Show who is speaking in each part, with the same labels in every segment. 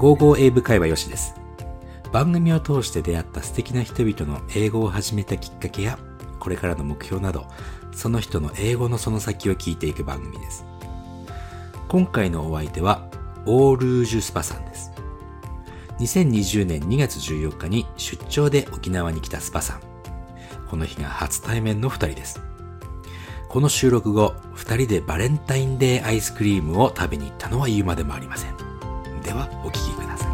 Speaker 1: 55英語会話よしです。番組を通して出会った素敵な人々の英語を始めたきっかけや、これからの目標など、その人の英語のその先を聞いていく番組です。今回のお相手は、オールージュスパさんです。2020年2月14日に出張で沖縄に来たスパさん。この日が初対面の2人です。この収録後、2人でバレンタインデーアイスクリームを食べに行ったのは言うまでもありません。では、お聞きください。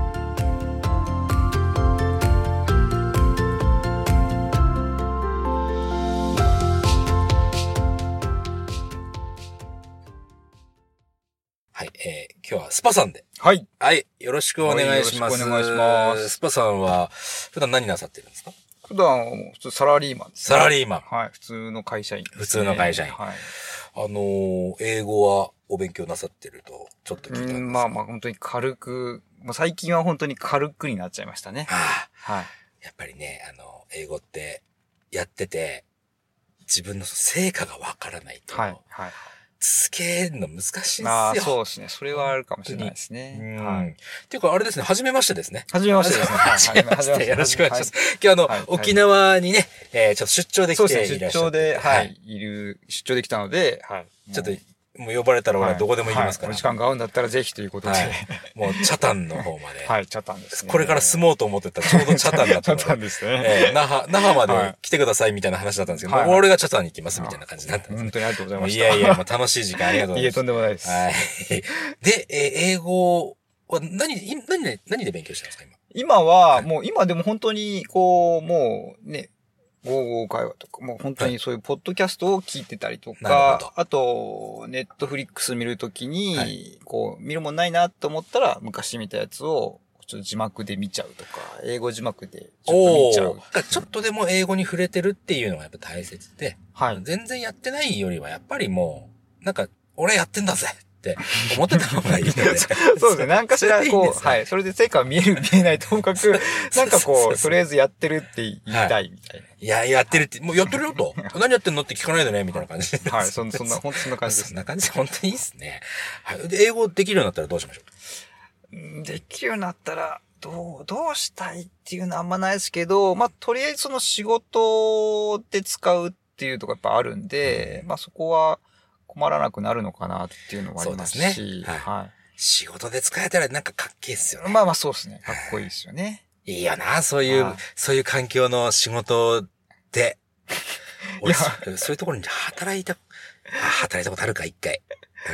Speaker 1: はい、今日はスパさんで。
Speaker 2: はい。
Speaker 1: はい、よろしくお願いします。
Speaker 2: よろしくお願いします。
Speaker 1: スパさんは、普段何なさってるんですか？
Speaker 2: 普段、普通サラリーマンです、
Speaker 1: ね。サラリーマン。
Speaker 2: はい。普通の会社員です、ね。
Speaker 1: 普通の会社員。
Speaker 2: はい。
Speaker 1: 英語はお勉強なさってると、ちょっと聞いたんですけど。
Speaker 2: まあ本当に軽く、もう最近は本当に軽くになっちゃいましたね。
Speaker 1: はい。やっぱりね、英語ってやってて、自分の成果がわからないと。はい。はい。続けるの難しいですよ。
Speaker 2: そうですね。それはあるかもしれないですね。
Speaker 1: はい。っていうか、あれですね、初めましてですね。
Speaker 2: 初めましてですね。
Speaker 1: 初めまして。よろしくお願いします。今日沖縄にね、ちょっと出張で来ていらっしゃって。
Speaker 2: そうですね、出張で、はい、出張できたので、はい。
Speaker 1: ちょっと、もう呼ばれたら俺はどこでも行きますから。
Speaker 2: お時間が合うんだったらぜひということで。
Speaker 1: もう、チャタンの方まで。
Speaker 2: はい、チャタンですね。
Speaker 1: これから住もうと思ってたらちょうどチャタンだった。
Speaker 2: チャタンですね。
Speaker 1: 那覇まで来てくださいみたいな話だったんですけど、俺がチャタンに行きますみたいな感じだったんです。
Speaker 2: 本当にありがとうございました。
Speaker 1: いや、もう楽しい時間ありがとうございます。
Speaker 2: いえ、とんでもないです。
Speaker 1: はい。で、英語は何で勉強してるんですか、
Speaker 2: 今は、もう今でも本当に、もうね、55会話とか、もう本当にそういうポッドキャストを聞いてたりとか、あと、ネットフリックス見るときに、見るもんないなと思ったら、昔見たやつを、ちょっと字幕で見ちゃうとか、英語字幕でちょっと見ちゃう。
Speaker 1: ちょっとでも英語に触れてるっていうのがやっぱ大切で、
Speaker 2: はい。
Speaker 1: 全然やってないよりは、やっぱりもう、俺やってんだぜって思ってた方がいいので。
Speaker 2: そうですね。なんかしら、はい。それで成果は見えない、ともかく、とりあえずやってるって言いたいみたいな。
Speaker 1: いや、やってるって、もうやってるよと。何やってんのって聞かないでね、みたいな感じで。
Speaker 2: はい。本当そんな感じです。
Speaker 1: そんな感じで、本当にいいっすね。はい。で、英語できるようになったらどうしましょ
Speaker 2: う？できるようになったら、どうしたいっていうのはあんまないですけど、とりあえずその仕事で使うっていうとこやっぱあるんで、そこは困らなくなるのかなっていうのもありますし。そうですね。はい。
Speaker 1: 仕事で使えたらかっけえっすよね。
Speaker 2: そうですね。かっこいいですよね。
Speaker 1: いいよな、そういう環境の仕事で。俺、そういうところに働いたことあるか、一回。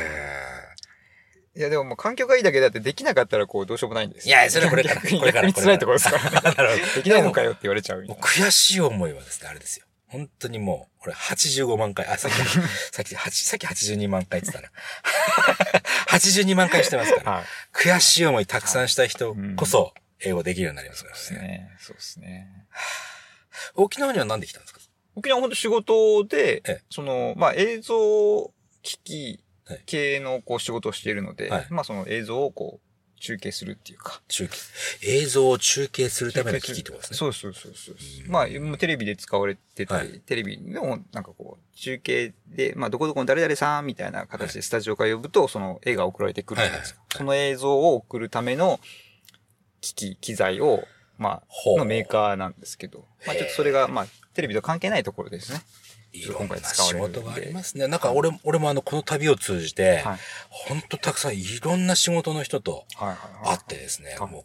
Speaker 2: いや、でももう環境がいいだけだってできなかったらどうしようもないんです
Speaker 1: よ。いや、それはこれから。
Speaker 2: 辛いところですからね。なるほど。できないのかよって言われちゃう。
Speaker 1: 悔しい思いはですね、あれですよ。本当にもう、俺85万回、さっき82万回って言ったな。82万回してますから。悔しい思いたくさんした人こそ、英語できるようになりますからね。
Speaker 2: そうですね。
Speaker 1: 沖縄には何で来たんですか？
Speaker 2: 沖縄は本当仕事で、映像機器系の仕事をしているので、その映像を中継するっていうか。
Speaker 1: 映像を中継するための機器ってことですね。
Speaker 2: そう。テレビで使われてたり、テレビの中継で、どこどこの誰々さんみたいな形でスタジオから呼ぶと、その絵が送られてくるんですよ。その映像を送るための機材を、のメーカーなんですけど、ちょっとそれが、テレビと関係ないところですね。
Speaker 1: 今回使われる。仕事がありますね。俺もこの旅を通じて、ほんとたくさんいろんな仕事の人と会ってですね、もう、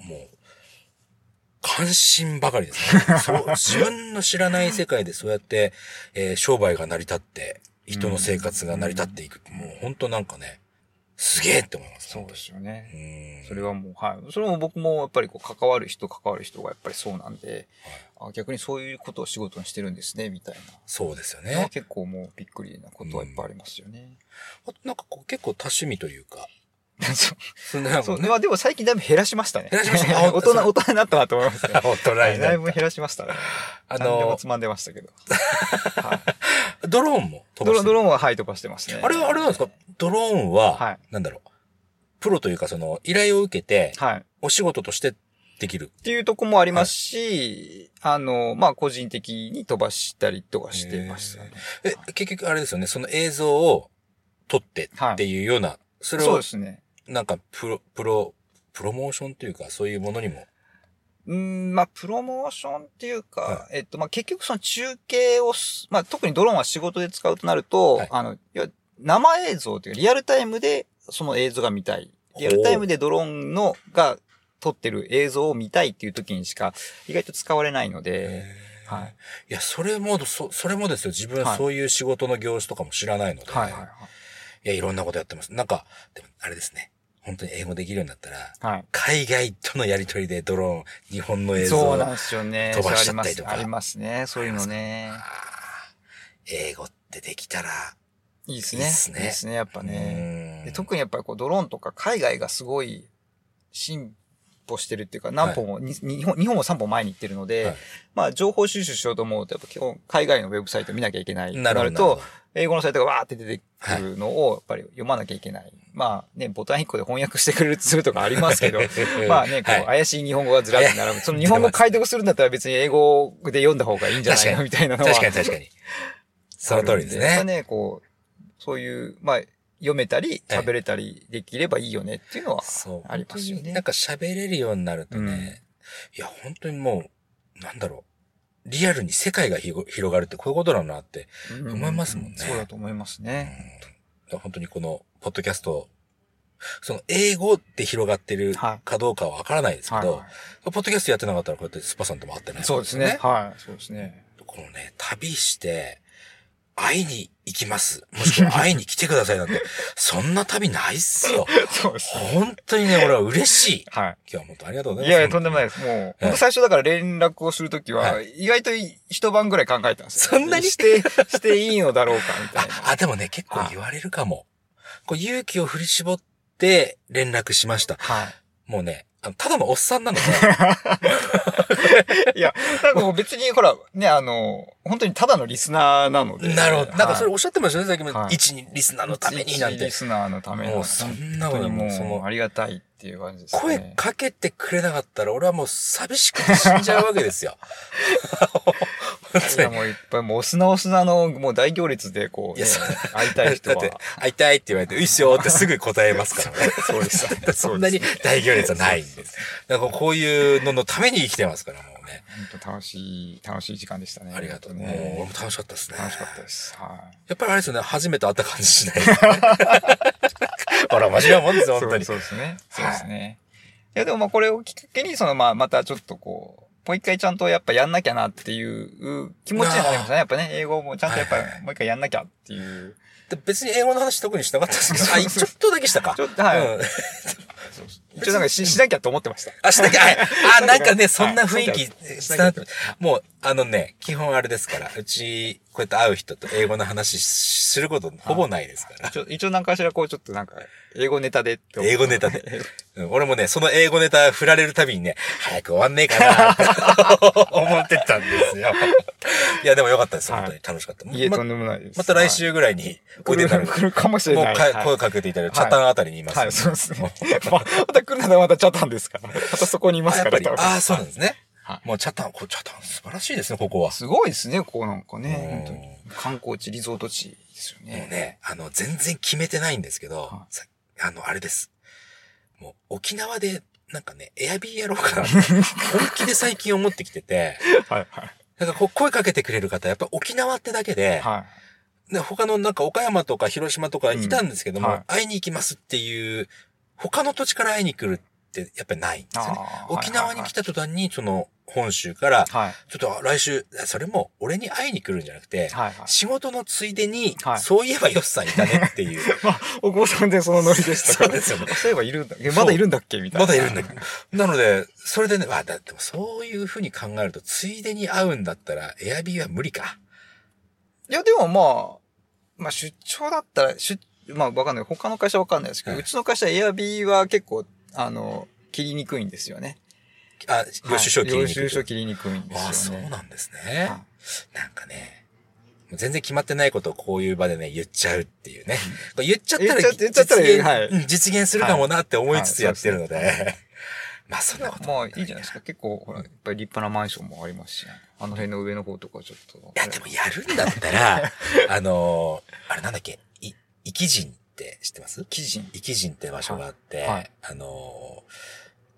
Speaker 1: 関心ばかりですね。自分の知らない世界でそうやって、商売が成り立って、人の生活が成り立っていく。もうほんとすげえって思います。
Speaker 2: そうですよね。それはもう、それも僕もやっぱり関わる人がやっぱりそうなんで、逆にそういうことを仕事にしてるんですね、みたいな。
Speaker 1: そうですよね。
Speaker 2: 結構もうびっくりなことはいっぱいありますよね。
Speaker 1: あと結構多趣味というか。
Speaker 2: そう。でも最近だいぶ減らしましたね。
Speaker 1: 減らしました。
Speaker 2: 大人になったなと思いますね。
Speaker 1: 大人になった。
Speaker 2: だいぶ減らしましたね。何でもつまんでましたけど。
Speaker 1: ドローンも飛ばして
Speaker 2: ドローンは飛ばしてますね。
Speaker 1: あれなんですか？ドローンは、プロというか依頼を受けて、お仕事としてできる。
Speaker 2: っていうとこもありますし、個人的に飛ばしたりとかしてましたね。
Speaker 1: 結局あれですよね、その映像を撮ってっていうような、それを、
Speaker 2: そうですね。
Speaker 1: プロプロモーションというか、そういうものにも。
Speaker 2: まあ、プロモーションっていうか、まあ、結局その中継をまあ、特にドローンは仕事で使うとなると、
Speaker 1: はい、
Speaker 2: 生映像というか、リアルタイムでその映像が見たい。リアルタイムでドローンが撮ってる映像を見たいっていう時にしか意外と使われないので、はい。
Speaker 1: いや、それもですよ。自分そういう仕事の業種とかも知らないので、
Speaker 2: はいはいはい。
Speaker 1: いや、いろんなことやってます。なんか、でも、あれですね。本当に英語できるようになったら、
Speaker 2: はい、
Speaker 1: 海外とのやりとりでドローン、日本の映像を
Speaker 2: そうなんですよね。
Speaker 1: 飛ばしちゃったりとか。
Speaker 2: ありますね。そういうのね。
Speaker 1: 英語ってできたら、
Speaker 2: いいですね。いいですね、やっぱね。で特にやっぱりこうドローンとか海外がすごい進歩してるっていうか、何本も、はい、日本も3本前に行ってるので、はい、まあ情報収集しようと思うと、やっぱ基本海外のウェブサイト見なきゃいけないとなると、英語のサイトがわーって出てくるのをやっぱり読まなきゃいけない。はい、まあね、ボタン1個で翻訳してくれるするとかありますけど、まあね、こう怪しい日本語がずらっと並ぶ。その日本語解読するんだったら別に英語で読んだ方がいいんじゃないのみたいなのは。
Speaker 1: 確かに。その通りですね。
Speaker 2: やっぱね、こう、そういう、まあ、読めたり、喋れたりできればいいよねっていうのはありますよね。
Speaker 1: なんか喋れるようになるとね、いや、本当にもう、なんだろう。リアルに世界が広がるってこういうことだなって思いますもんね。
Speaker 2: そうだと思いますね。
Speaker 1: 本当にこの、ポッドキャスト、その英語って広がってるかどうかはわからないですけど、ポッドキャストやってなかったらこうやってスパさんとも会ってない、
Speaker 2: そうですね。はい。そうですね。
Speaker 1: このね、旅して、会いに行きます。もしくは会いに来てくださいなんて、そんな旅ないっすよ。
Speaker 2: そうですね。
Speaker 1: 本当にね、俺は嬉しい。
Speaker 2: はい。
Speaker 1: 今日は本当ありがとうございます。
Speaker 2: いや、とんでもないです。もう、本当最初だから連絡をするときは、意外と一晩ぐらい考えたんですよ。
Speaker 1: そんなに
Speaker 2: していいのだろうか、みたいな。
Speaker 1: でもね、結構言われるかも。こう勇気を振り絞って連絡しました。
Speaker 2: はい。
Speaker 1: もうね、ただのおっさんなので。
Speaker 2: いや、なんかもう別にほら、ね、本当にただのリスナーなので。
Speaker 1: なるほど。なんかそれおっしゃってましたね、さっきも。一リスナーのためになんて。
Speaker 2: リスナーのために。
Speaker 1: もうそんなこと
Speaker 2: もう、ありがたいっていう感じですね。
Speaker 1: 声かけてくれなかったら、俺はもう寂しくて死んじゃうわけですよ。
Speaker 2: いや、もういっぱい、もうお砂の、もう大行列で、こう、ね、会いたい人は。だって、
Speaker 1: 会いたいって言われて、ういっすよってすぐ答えますからね。
Speaker 2: そうです。
Speaker 1: そんなに大行列はないんです。だからこういうののために生きてますから、もうね。
Speaker 2: 本当楽しい時間でしたね。
Speaker 1: ありがとうね。もう楽しかったですね。
Speaker 2: 楽しかったです。はい。
Speaker 1: やっぱりあれですよね、初めて会った感じしない。ほら、真面目なもんですよ、本当に。
Speaker 2: そうですね。そうですね。いや、でもまあこれをきっかけに、またちょっとこう、もう一回ちゃんとやっぱやんなきゃなっていう気持ちになりましたね。やっぱね、英語もちゃんとやっぱもう一回やんなきゃっていう。
Speaker 1: 別に英語の話特にしなかったですけど、ちょっとだけしたか。
Speaker 2: ちょっと、はい。一応なんかしなきゃと思ってました。
Speaker 1: しなきゃ、なんかね、そんな雰囲気、もう、基本あれですから、うち、こうやって会う人と英語の話することほぼないですから。
Speaker 2: 一応なんかしらこうちょっとなんか、英語ネタでって
Speaker 1: 英語ネタで。俺もね、その英語ネタ振られるたびにね、早く終わんねえかなって思ってたんですよ。いや、でもよかったです。本当に楽しかった。
Speaker 2: いえ、とんでもないです。
Speaker 1: また来週ぐらいに
Speaker 2: 来るかもしれない。
Speaker 1: もう声かけていただいて、チャタンあたりにいます。
Speaker 2: はい、そうですね。また来るならまたチャタンですから。またそこにいますから。
Speaker 1: そうなんですね。もうチャタン素晴らしいですね、ここは。
Speaker 2: すごいですね、こうなんかね。本当に観光地、リゾート地ですよね。
Speaker 1: もうね、全然決めてないんですけど、あれです。もう沖縄で、なんかね、エアビーやろうかな。本気で最近思ってきてて。
Speaker 2: はいはい。
Speaker 1: なんか声かけてくれる方、やっぱ沖縄ってだけで、で他のなんか岡山とか広島とかいたんですけども、会いに行きますっていう、他の土地から会いに来るってやっぱりないんですよね。沖縄に来た途端に、その本州から、ちょっと来週、それも俺に会いに来るんじゃなくて、仕事のついでに、そういえばヨッさんいたねっていう。
Speaker 2: お子さんでそのノリでしたから。
Speaker 1: そうですよね。
Speaker 2: そういえばいるんだ。まだいるんだっけみたいな。
Speaker 1: まだいるんだっけ。なので、それでね、だってそういうふうに考えると、ついでに会うんだったら、エアビーは無理か。
Speaker 2: いや、でもまあ出張だったら、まあわかんない。他の会社わかんないですけど、うちの会社エアビーは結構、切りにくいんですよね。
Speaker 1: 領収書切りにくい。
Speaker 2: 領収書切りにくいんですよね。
Speaker 1: そうなんですね。なんかね、全然決まってないことをこういう場でね、言っちゃうっていうね。言っちゃったら実現するかもなって思いつつやってるので。まあそんなこと。
Speaker 2: まあいいじゃないですか。結構、ほら、やっぱり立派なマンションもありますし、あの辺の上の方とかちょっと。い
Speaker 1: や、でもやるんだったら、あれなんだっけ、生き人って知ってます？生き人って場所があって、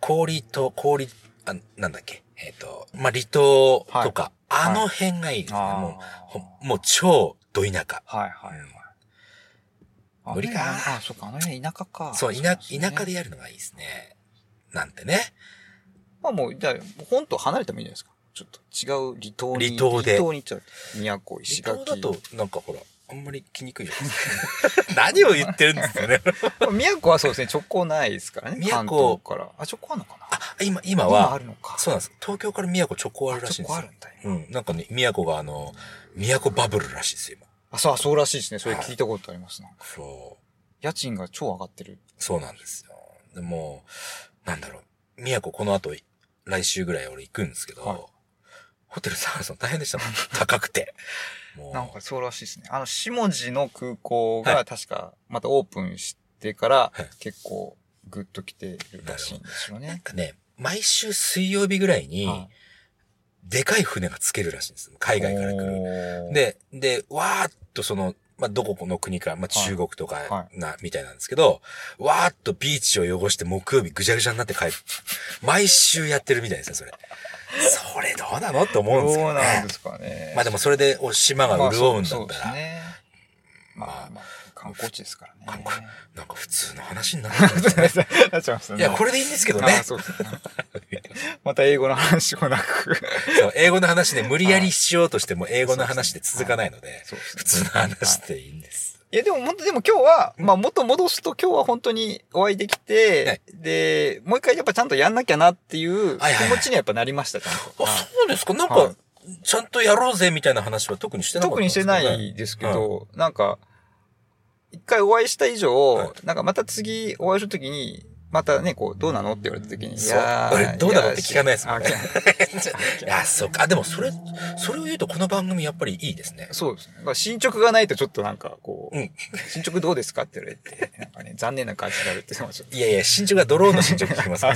Speaker 1: なんだっけ、まあ、離島とか、
Speaker 2: はい、
Speaker 1: あの辺がいいですね。もう超ど田舎。
Speaker 2: はいはいはい。
Speaker 1: 無理か。
Speaker 2: あ、そうか、あの辺田舎か。
Speaker 1: そう、田舎でやるのがいいですね。なんてね。
Speaker 2: まあもう、じゃあ、本島離れてもいいじゃないですか。ちょっと違う離島に。
Speaker 1: 離島で。
Speaker 2: 離島に行っちゃう。宮古、石垣。
Speaker 1: 離島だと、なんかほら、あんまり来にくいじゃないですか。何を言ってるんですよね。
Speaker 2: 宮古はそうですね、直行ないですからね。
Speaker 1: 宮古
Speaker 2: から。直行あるのかな。
Speaker 1: 今は、
Speaker 2: あるのか。
Speaker 1: そうなんです。東京から宮古直行あるらしいんですよ。
Speaker 2: 直行あるんだよ。
Speaker 1: なんかね、宮古が宮古バブルらしいですよ、今。
Speaker 2: そうらしいですね。それ聞いたことあります。
Speaker 1: そう。
Speaker 2: 家賃が超上がってる。
Speaker 1: そうなんですよ。でも、なんだろう。宮古この後、来週ぐらい俺行くんですけど、ホテル探すの大変でしたもん。高くて。
Speaker 2: なんかそうらしいですね。下地の空港が確かまたオープンしてから結構グッと来てるらしいんですよね。
Speaker 1: なんかね、毎週水曜日ぐらいに、でかい船がつけるらしいんです。海外から来る。で、わーっとまあ、どこの国か、まあ、中国とかみたいなんですけど、わーっとビーチを汚して木曜日ぐちゃぐちゃになって帰る。毎週やってるみたいですね、それ。それどうなのって思うんですけどね。
Speaker 2: どうなんですかね。
Speaker 1: まあでもそれで島が潤うんだったら。そうです
Speaker 2: ね。まあ、観光地ですからね。
Speaker 1: なんか普通の話になっちゃいますね。いや、これでいいんですけどね。そうですね。
Speaker 2: また英語の話もなく。
Speaker 1: そう、英語の話で無理やりしようとしても英語の話で続かないので、普通の話でいいんです。
Speaker 2: いや、でも今日は、まあ、元戻すと今日は本当にお会いできて、で、もう一回やっぱちゃんとやんなきゃなっていう気持ちにはやっぱなりました、ちゃんと。
Speaker 1: そうですか、なんか、ちゃんとやろうぜみたいな話は特にしてなかったんですか？
Speaker 2: 特にしてないですけど、なんか、一回お会いした以上、なんかまた次お会いするときに、またね、こう、どうなのって言われたときに、
Speaker 1: いやー、どうなのって聞かないですもんね。いや、そうか。でもそれを言うとこの番組やっぱりいいですね。
Speaker 2: そうですね。進捗がないとちょっとなんかこう、進捗どうですかって言われて、なんかね、残念な感じになるって
Speaker 1: いやいや、進捗がドローンの進捗聞きますから。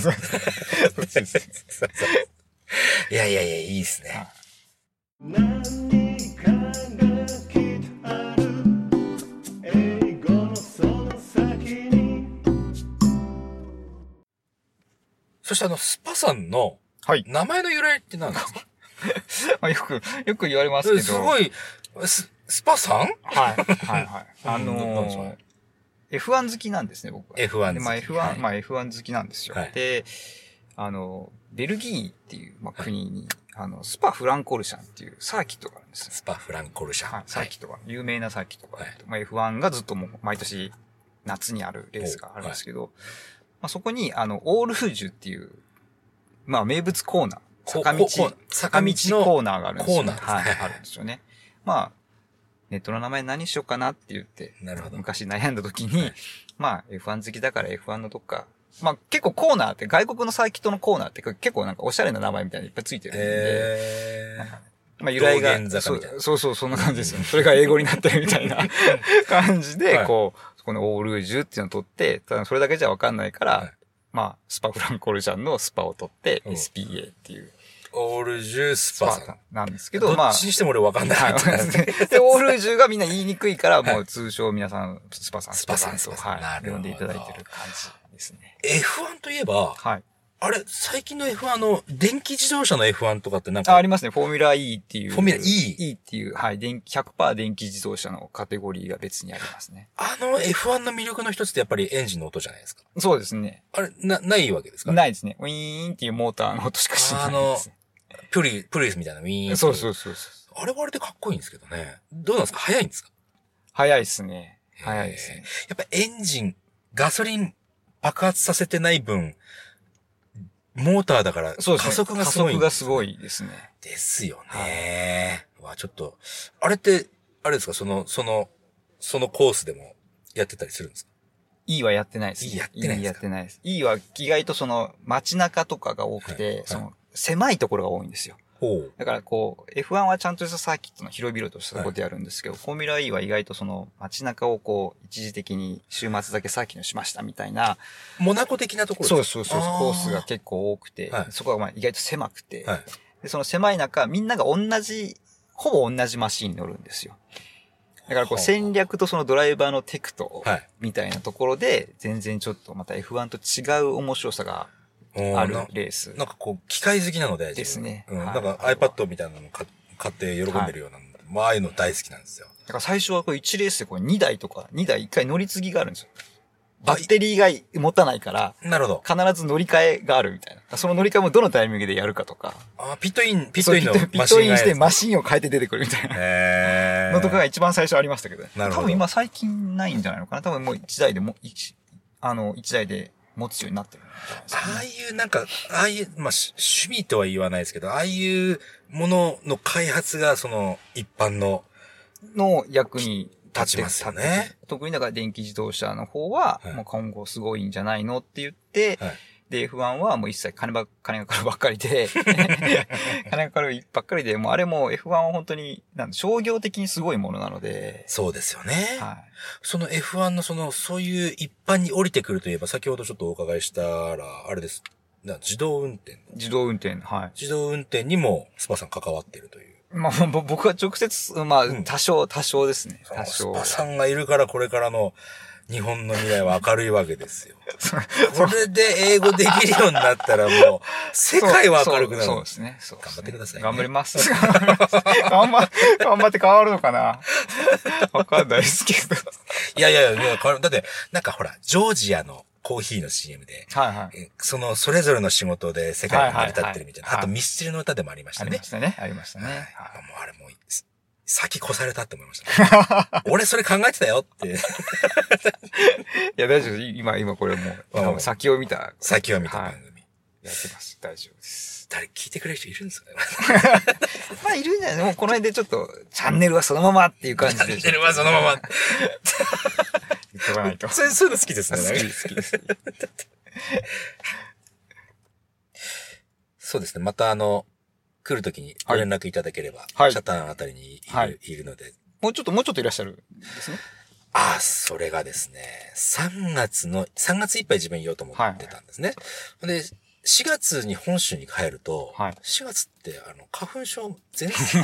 Speaker 1: いや、いいですね。そしてスパさんの名前の由来って何ですか？
Speaker 2: よく言われますけど。
Speaker 1: すごい、スパさん？
Speaker 2: はい。F1 好きなんですね、僕は。
Speaker 1: F1 好き。
Speaker 2: F1 好きなんですよ。で、ベルギーっていう国に、スパフランコルシャンっていうサーキットがあるんですよ。
Speaker 1: スパフランコルシャン。
Speaker 2: サーキットが、有名なサーキットがある。F1 がずっともう毎年夏にあるレースがあるんですけど、そこに、オールフージュっていう、名物コーナー。坂道コーナーがあるんですよ。あるんですよね。ネットの名前何しようかなって言って、昔悩んだ時に、F1 好きだから F1 のどっか、結構コーナーって外国のサーキットのコーナーって結構なんかおしゃれな名前みたいにいっぱいついてるんで、由来が、そんな感じですよね。それが英語になってるみたいな感じで、このオールージュっていうのを取って、ただそれだけじゃわかんないから、スパフランコルジャンのスパを取って、SPA っていう。
Speaker 1: オールジュスパさん
Speaker 2: なんですけど、
Speaker 1: どっちにしても俺わかんない。
Speaker 2: で、オールジュがみんな言いにくいから、もう通称皆さん、スパさんと、呼んでいただいてる感じですね。
Speaker 1: F1 といえば、あれ、最近の F1 電気自動車の F1 とかってなんか
Speaker 2: ありますね。フォーミュラ E っていう。
Speaker 1: フォーミュラ E？E
Speaker 2: っていう、100% 電気自動車のカテゴリーが別にありますね。
Speaker 1: F1 の魅力の一つってやっぱりエンジンの音じゃないですか。
Speaker 2: そうですね。
Speaker 1: あれ、ないわけですか？
Speaker 2: ないですね。ウィーンっていうモーターの音しかしないです。
Speaker 1: プリウスみたいなウィーン。
Speaker 2: そう。
Speaker 1: あれはあれでかっこいいんですけどね。どうなんですか？速いんですか？
Speaker 2: 速いですね。やっ
Speaker 1: ぱエンジン、ガソリン爆発させてない分、モーターだから加速がすごい。
Speaker 2: 加速がすごいですね。
Speaker 1: ですよね。ちょっと、あれって、あれですか？そのコースでもやってたりするんですか
Speaker 2: ？E はやってないですね。
Speaker 1: E やってないです。
Speaker 2: E は意外と街中とかが多くて、狭いところが多いんですよ。だからF1 はちゃんとしたサーキットの広々としたところでやるんですけど、フォーミュラ E は意外と街中を一時的に週末だけサーキットにしましたみたいな。
Speaker 1: モナコ的なところですか？
Speaker 2: そう。コースが結構多くて、そこが意外と狭くて、でその狭い中、みんながほぼ同じマシンに乗るんですよ。だから戦略とそのドライバーのテクトみたいなところで、全然ちょっとまた F1 と違う面白さがあるレース。
Speaker 3: なんかこう、機械好きなので。
Speaker 2: ですね。
Speaker 3: なんか iPad みたいなの買って喜んでるようなので、まあああいうの大好きなんですよ。
Speaker 2: だから最初はこれ1レースでこれ2台とか、2台1回乗り継ぎがあるんですよ。バッテリーが持たないから、
Speaker 3: なるほど。
Speaker 2: 必ず乗り換えがあるみたいな。その乗り換えもどのタイミングでやるかとか。
Speaker 3: ピットインの
Speaker 2: ピットインしてマシンを変えて出てくるみたいな。のとかが一番最初ありましたけどね。
Speaker 3: なるほど。
Speaker 2: 多分今最近ないんじゃないのかな。多分もう1台で1台で持つようになってる、
Speaker 3: ああいうなんか、ああいう、まあ、趣味とは言わないですけど、ああいうものの開発がその一般の
Speaker 2: 役に
Speaker 3: 立ちますよね。
Speaker 2: 特にだから電気自動車の方は、もう今後すごいんじゃないのって言って、で、F1 はもう一切金がかかるばっかりで、金がかかるばっかりで、もうあれも F1 は本当に、商業的にすごいものなので。
Speaker 3: そうですよね。はい。その F1 のそういう一般に降りてくるといえば、先ほどちょっとお伺いしたら、あれです。自動運転。
Speaker 2: 自動運転、はい。
Speaker 3: 自動運転にもスパさん関わっているという。
Speaker 2: まあ、僕は直接、まあ、多少ですね。多少。
Speaker 3: スパさんがいるからこれからの日本の未来は明るいわけですよ。これで英語できるようになったらもう、世界は明るくなる。
Speaker 2: そうですね。
Speaker 3: 頑張ってくださいね。
Speaker 2: 頑張ります。頑張って変わるのかなわかんないですけど。
Speaker 3: いや、だって、なんかほら、ジョージアのコーヒーの CM で、それぞれの仕事で世界に成り立ってるみたいな。あと、ミスチルの歌でもありましたね。
Speaker 2: ありましたね。もう
Speaker 3: あれもう、先越されたって思いましたね。俺それ考えてたよって。い
Speaker 2: や、大丈夫。今これもう、先を見た番組。
Speaker 3: やって
Speaker 2: ます。大丈夫です。
Speaker 3: 誰聞いてくれる人いるんですかね。
Speaker 2: まあ、いるんじゃない？もうこの辺でちょっと、チャンネルはそのままっていう感じで。
Speaker 3: チャンネルはそのまま。
Speaker 2: 言ってこないと。
Speaker 3: そういうの好きですね。
Speaker 2: 好きです。
Speaker 3: そうですね。また来るときにご連絡いただければ、シャタンあたりにいるので。
Speaker 2: もうちょっといらっしゃるんですね。
Speaker 3: それがですね、3月いっぱい自分言おうと思ってたんですね。で、4月に本州に帰ると、4月って花粉症絶賛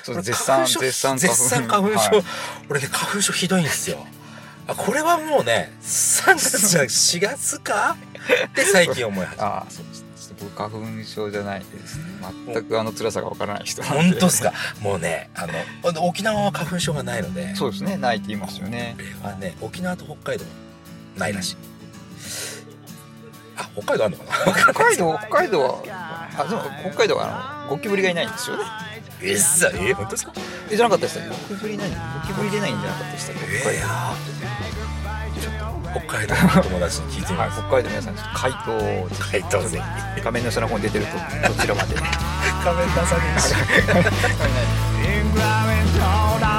Speaker 3: 花粉症。俺ね、花粉症ひどいんですよ。これはもうね、3月じゃなくて4月かって最近思い始めた。
Speaker 2: そうです。僕花粉症じゃないですね。全く辛さがわからない人なんで。
Speaker 3: 本当ですか。もうね、沖縄は花粉症がないので。
Speaker 2: そうですね。ないって言いますよね。
Speaker 3: これはね、沖縄と北海道ないらしい。北海道あるのかな。
Speaker 2: 北海道は、でも北海道はゴキブリがいないんですよね。
Speaker 3: 本当ですか。
Speaker 2: じゃなかったでしたっけ？ゴキブリ出ないんじゃなかったでしたっけ？
Speaker 3: 北海道の友達に聞いてみます。
Speaker 2: 北海道の皆さん、回答ぜひ。画面の下の方に出てると、どちらまで。
Speaker 3: 画面出さねえし。